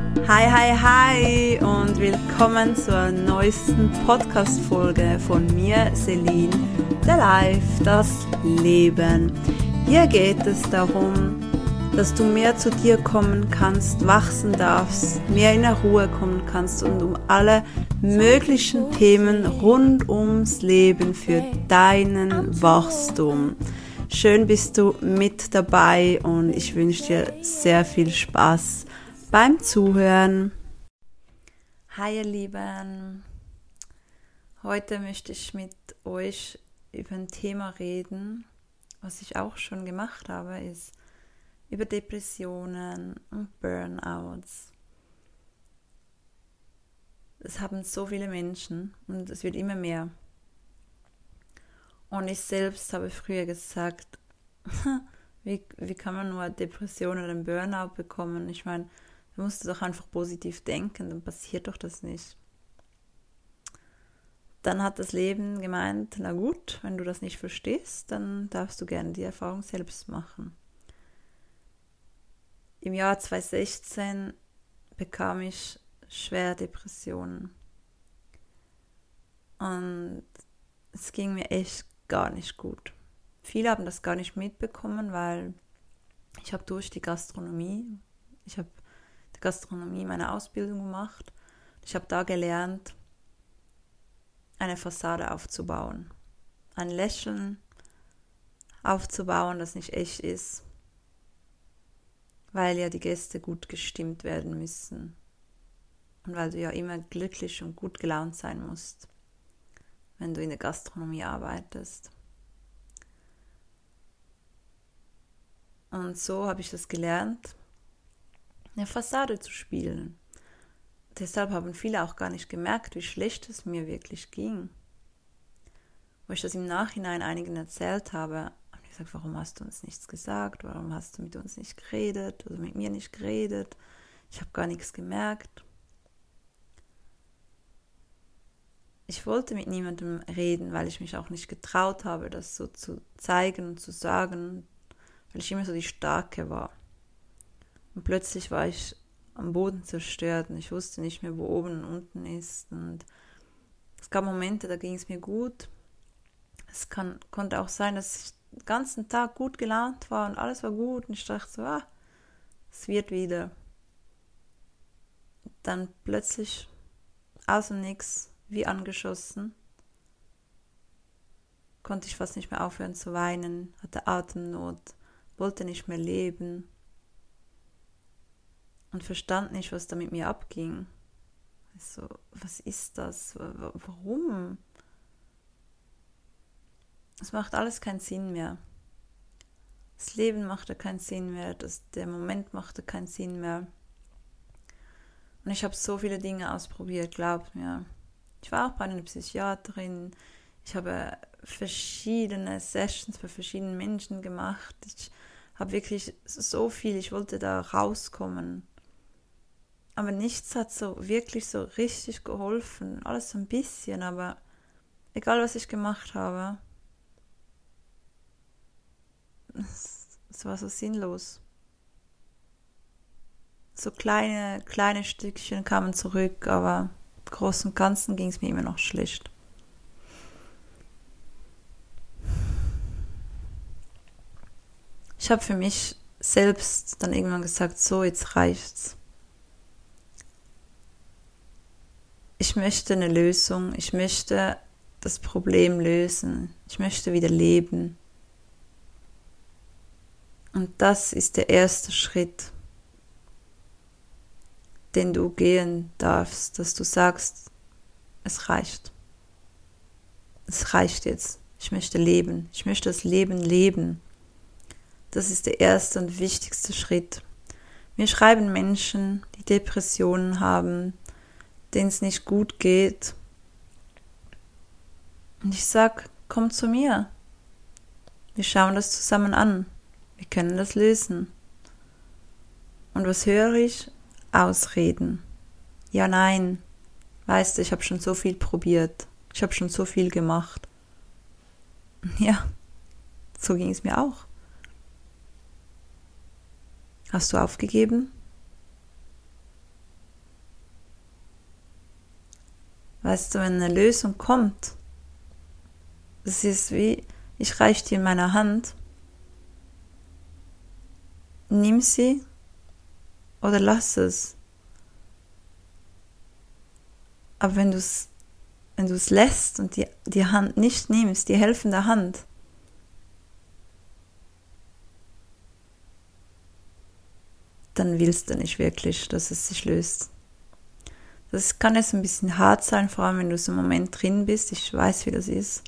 Hi, hi, hi und willkommen zur neuesten Podcast-Folge von mir, Celine, der Life, das Leben. Hier geht es darum, dass du mehr zu dir kommen kannst, wachsen darfst, mehr in der Ruhe kommen kannst und um alle möglichen Themen rund ums Leben für deinen Wachstum. Schön bist du mit dabei und ich wünsche dir sehr viel Spaß beim Zuhören. Hi ihr Lieben, heute möchte ich mit euch über ein Thema reden, was ich auch schon gemacht habe, ist über Depressionen und Burnouts. Es haben so viele Menschen und es wird immer mehr. Und ich selbst habe früher gesagt, wie kann man nur Depressionen oder einen Burnout bekommen? Ich meine, du musst doch einfach positiv denken, dann passiert doch das nicht. Dann hat das Leben gemeint, na gut, wenn du das nicht verstehst, dann darfst du gerne die Erfahrung selbst machen. Im Jahr 2016 bekam ich schwer Depressionen. Und es ging mir echt gar nicht gut. Viele haben das gar nicht mitbekommen, weil ich habe durch die Gastronomie, meine Ausbildung gemacht. Ich habe da gelernt, eine Fassade aufzubauen. Ein Lächeln aufzubauen, das nicht echt ist, weil ja die Gäste gut gestimmt werden müssen. Und weil du ja immer glücklich und gut gelaunt sein musst, wenn du in der Gastronomie arbeitest. Und so habe ich das gelernt, eine Fassade zu spielen. Deshalb haben viele auch gar nicht gemerkt, wie schlecht es mir wirklich ging. Wo ich das im Nachhinein einigen erzählt habe, haben die gesagt, warum hast du uns nichts gesagt? Warum hast du mit uns nicht geredet oder mit mir nicht geredet? Ich habe gar nichts gemerkt. Ich wollte mit niemandem reden, weil ich mich auch nicht getraut habe, das so zu zeigen und zu sagen, weil ich immer so die Starke war. Und plötzlich war ich am Boden zerstört und ich wusste nicht mehr, wo oben und unten ist. Und es gab Momente, da ging es mir gut. Es konnte auch sein, dass ich den ganzen Tag gut gelaunt war und alles war gut. Und ich dachte so, es wird wieder. Dann plötzlich aus dem Nix, wie angeschossen, konnte ich fast nicht mehr aufhören zu weinen, hatte Atemnot, wollte nicht mehr leben und verstand nicht, was da mit mir abging. Also, was ist das? Warum? Es macht alles keinen Sinn mehr. Das Leben machte keinen Sinn mehr, der Moment machte keinen Sinn mehr. Und ich habe so viele Dinge ausprobiert, glaubt mir. Ich war auch bei einer Psychiaterin, ich habe verschiedene Sessions bei verschiedenen Menschen gemacht. Ich habe wirklich so viel, ich wollte da rauskommen. Aber nichts hat so wirklich so richtig geholfen. Alles so ein bisschen, aber egal was ich gemacht habe, es war so sinnlos. So kleine Stückchen kamen zurück, aber im Großen und Ganzen ging es mir immer noch schlecht. Ich habe für mich selbst dann irgendwann gesagt, so, jetzt reicht's. Ich möchte eine Lösung, ich möchte das Problem lösen, ich möchte wieder leben. Und das ist der erste Schritt, den du gehen darfst, dass du sagst, es reicht. Es reicht jetzt. Ich möchte leben. Ich möchte das Leben leben. Das ist der erste und wichtigste Schritt. Mir schreiben Menschen, die Depressionen haben, denen es nicht gut geht. Und ich sage, komm zu mir. Wir schauen das zusammen an. Wir können das lösen. Und was höre ich? Ausreden. Ja, nein. Weißt du, ich habe schon so viel probiert. Ich habe schon so viel gemacht. Ja, so ging es mir auch. Hast du aufgegeben? Weißt du, wenn eine Lösung kommt, das ist wie, ich reiche dir in meiner Hand, nimm sie oder lass es. Aber wenn du es lässt und die Hand nicht nimmst, die helfende Hand, dann willst du nicht wirklich, dass es sich löst. Das kann jetzt ein bisschen hart sein, vor allem wenn du so im Moment drin bist. Ich weiß, wie das ist.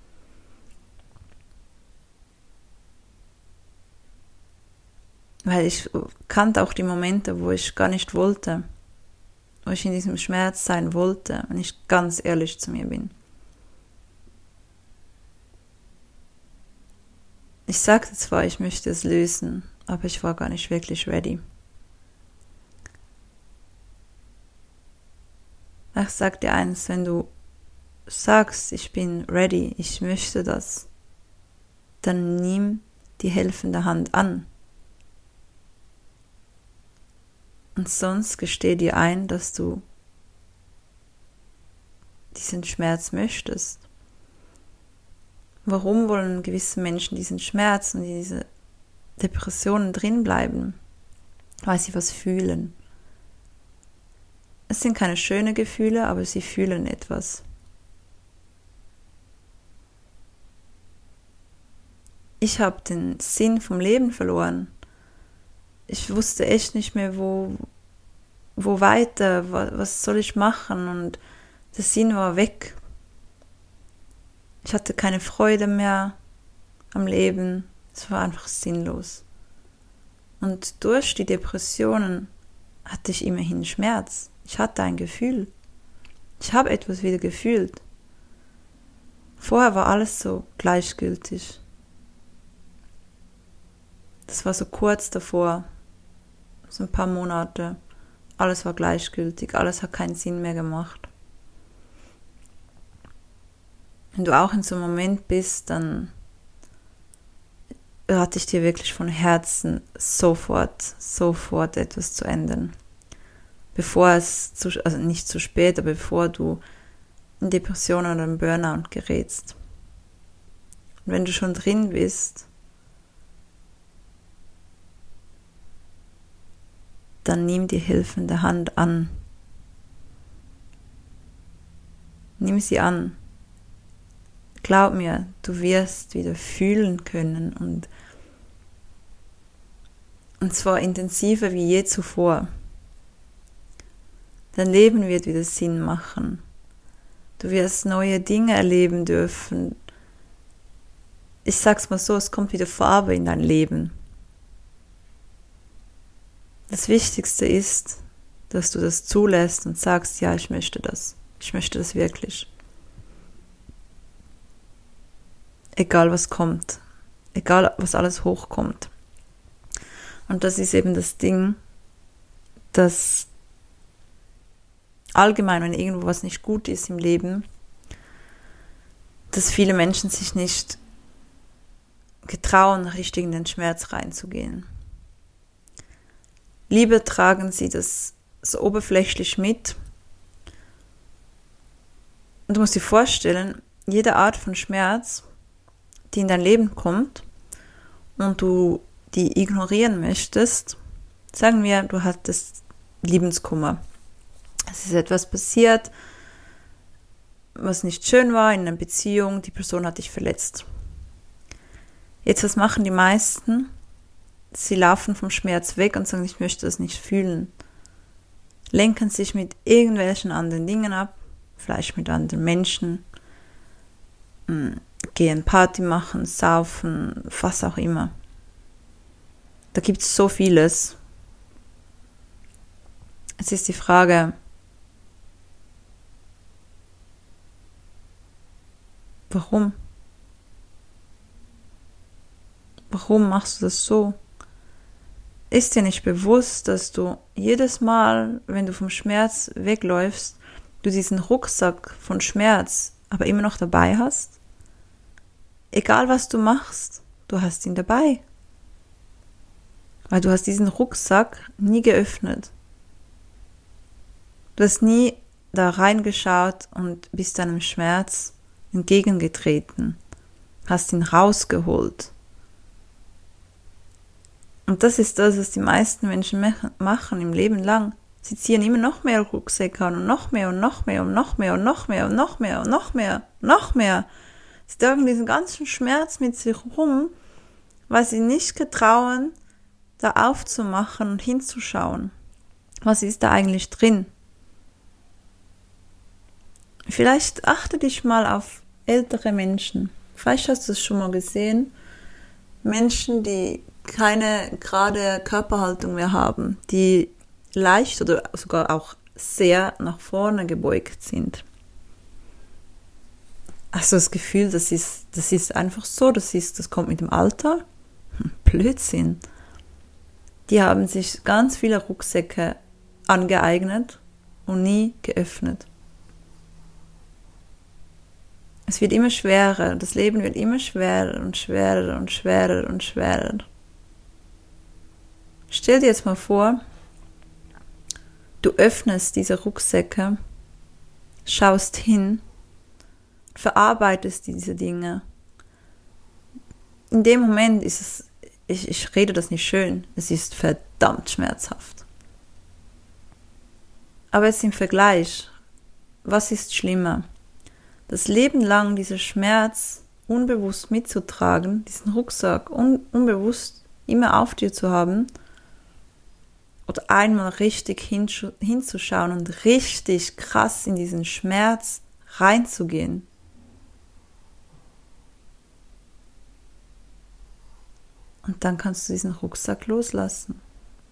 Weil ich kannte auch die Momente, wo ich gar nicht wollte, wo ich in diesem Schmerz sein wollte, wenn ich ganz ehrlich zu mir bin. Ich sagte zwar, ich möchte es lösen, aber ich war gar nicht wirklich ready. Ich sag dir eins, wenn du sagst, ich bin ready, ich möchte das, dann nimm die helfende Hand an. Und sonst gesteh dir ein, dass du diesen Schmerz möchtest. Warum wollen gewisse Menschen diesen Schmerz und diese Depressionen drin bleiben? Weil sie was fühlen. Es sind keine schönen Gefühle, aber sie fühlen etwas. Ich habe den Sinn vom Leben verloren. Ich wusste echt nicht mehr, wo weiter, was soll ich machen, und der Sinn war weg. Ich hatte keine Freude mehr am Leben, es war einfach sinnlos. Und durch die Depressionen hatte ich immerhin Schmerz. Ich hatte ein Gefühl. Ich habe etwas wieder gefühlt. Vorher war alles so gleichgültig. Das war so kurz davor, so ein paar Monate. Alles war gleichgültig, alles hat keinen Sinn mehr gemacht. Wenn du auch in so einem Moment bist, dann rate ich dir wirklich von Herzen, sofort etwas zu ändern. Bevor es, also nicht zu spät, aber bevor du in Depressionen oder in Burnout gerätst. Und wenn du schon drin bist, dann nimm die helfende Hand an. Nimm sie an. Glaub mir, du wirst wieder fühlen können und zwar intensiver wie je zuvor. Dein Leben wird wieder Sinn machen. Du wirst neue Dinge erleben dürfen. Ich sag's mal so, es kommt wieder Farbe in dein Leben. Das Wichtigste ist, dass du das zulässt und sagst, ja, ich möchte das. Ich möchte das wirklich. Egal was kommt. Egal was alles hochkommt. Und das ist eben das Ding, dass allgemein, wenn irgendwo was nicht gut ist im Leben, dass viele Menschen sich nicht getrauen, richtig in den Schmerz reinzugehen. Lieber tragen sie das so oberflächlich mit. Und du musst dir vorstellen, jede Art von Schmerz, die in dein Leben kommt und du die ignorieren möchtest, sagen wir, du hattest Liebeskummer. Es ist etwas passiert, was nicht schön war in einer Beziehung, die Person hat dich verletzt. Jetzt, was machen die meisten? Sie laufen vom Schmerz weg und sagen, ich möchte das nicht fühlen. Lenken sich mit irgendwelchen anderen Dingen ab, vielleicht mit anderen Menschen, gehen Party machen, saufen, was auch immer. Da gibt es so vieles. Es ist die Frage, warum? Warum machst du das so? Ist dir nicht bewusst, dass du jedes Mal, wenn du vom Schmerz wegläufst, du diesen Rucksack von Schmerz aber immer noch dabei hast? Egal was du machst, du hast ihn dabei. Weil du hast diesen Rucksack nie geöffnet. Du hast nie da reingeschaut und bist deinem Schmerz entgegengetreten, hast ihn rausgeholt. Und das ist das, was die meisten Menschen machen im Leben lang. Sie ziehen immer noch mehr Rucksäcke an und noch mehr und noch mehr und noch mehr und noch mehr und noch mehr und noch mehr, noch mehr. Sie tragen diesen ganzen Schmerz mit sich rum, weil sie nicht getrauen, da aufzumachen und hinzuschauen. Was ist da eigentlich drin? Vielleicht achte dich mal auf ältere Menschen. Vielleicht hast du es schon mal gesehen. Menschen, die keine gerade Körperhaltung mehr haben, die leicht oder sogar auch sehr nach vorne gebeugt sind. Hast du das Gefühl, das ist einfach so, das kommt mit dem Alter? Blödsinn. Die haben sich ganz viele Rucksäcke angeeignet und nie geöffnet. Es wird immer schwerer, das Leben wird immer schwerer und schwerer und schwerer und schwerer. Stell dir jetzt mal vor, du öffnest diese Rucksäcke, schaust hin, verarbeitest diese Dinge. In dem Moment ist es, ich rede das nicht schön, es ist verdammt schmerzhaft. Aber jetzt im Vergleich, was ist schlimmer? Das Leben lang diesen Schmerz unbewusst mitzutragen, diesen Rucksack unbewusst immer auf dir zu haben, oder einmal richtig hinzuschauen und richtig krass in diesen Schmerz reinzugehen. Und dann kannst du diesen Rucksack loslassen.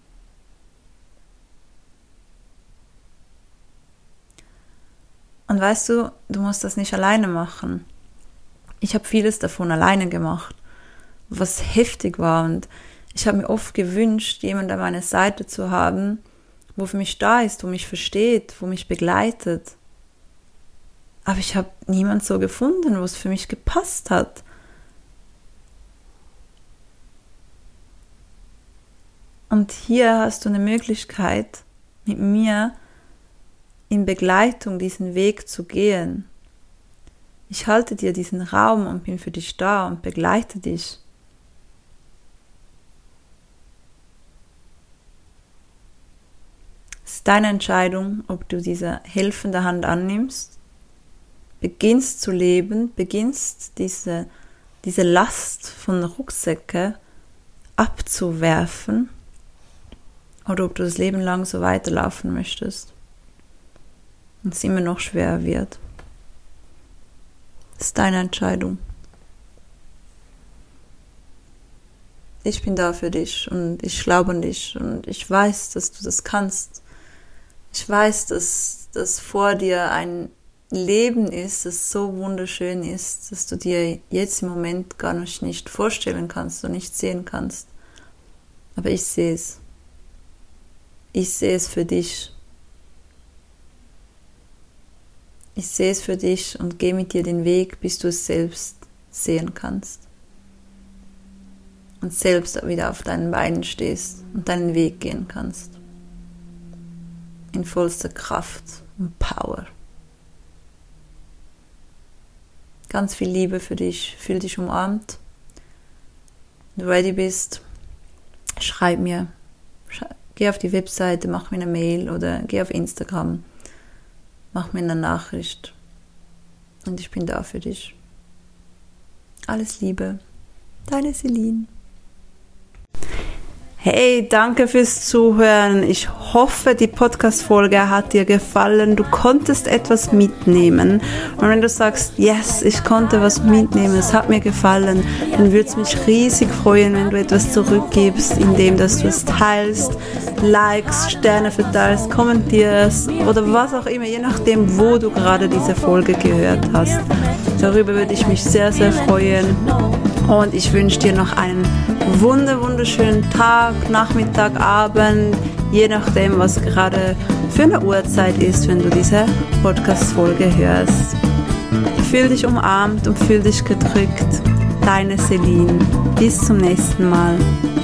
Und weißt du, du musst das nicht alleine machen. Ich habe vieles davon alleine gemacht, was heftig war. Und ich habe mir oft gewünscht, jemanden an meiner Seite zu haben, wo für mich da ist, wo mich versteht, wo mich begleitet. Aber ich habe niemanden so gefunden, wo es für mich gepasst hat. Und hier hast du eine Möglichkeit, mit mir in Begleitung diesen Weg zu gehen. Ich halte dir diesen Raum und bin für dich da und begleite dich. Es ist deine Entscheidung, ob du diese helfende Hand annimmst, beginnst zu leben, beginnst diese Last von Rucksäcken abzuwerfen, oder ob du das Leben lang so weiterlaufen möchtest und es immer noch schwerer wird. Das ist deine Entscheidung. Ich bin da für dich und ich glaube an dich und ich weiß, dass du das kannst. Ich weiß, dass vor dir ein Leben ist, das so wunderschön ist, dass du dir jetzt im Moment gar nicht vorstellen kannst und nicht sehen kannst. Aber ich sehe es. Ich sehe es für dich. Ich sehe es für dich und gehe mit dir den Weg, bis du es selbst sehen kannst. Und selbst wieder auf deinen Beinen stehst und deinen Weg gehen kannst. In vollster Kraft und Power. Ganz viel Liebe für dich. Fühl dich umarmt. Wenn du ready bist, schreib mir. Geh auf die Webseite, mach mir eine Mail oder geh auf Instagram. Mach mir eine Nachricht. Und ich bin da für dich. Alles Liebe. Deine Celine. Hey, danke fürs Zuhören. Ich hoffe, die Podcast-Folge hat dir gefallen. Du konntest etwas mitnehmen. Und wenn du sagst, yes, ich konnte was mitnehmen, es hat mir gefallen, dann würde es mich riesig freuen, wenn du etwas zurückgibst, indem dass du es teilst, likest, Sterne verteilst, kommentierst oder was auch immer, je nachdem, wo du gerade diese Folge gehört hast. Darüber würde ich mich sehr, sehr freuen. Und ich wünsche dir noch einen wunderschönen Tag, Nachmittag, Abend, je nachdem, was gerade für eine Uhrzeit ist, wenn du diese Podcast-Folge hörst. Fühl dich umarmt und fühl dich gedrückt. Deine Celine. Bis zum nächsten Mal.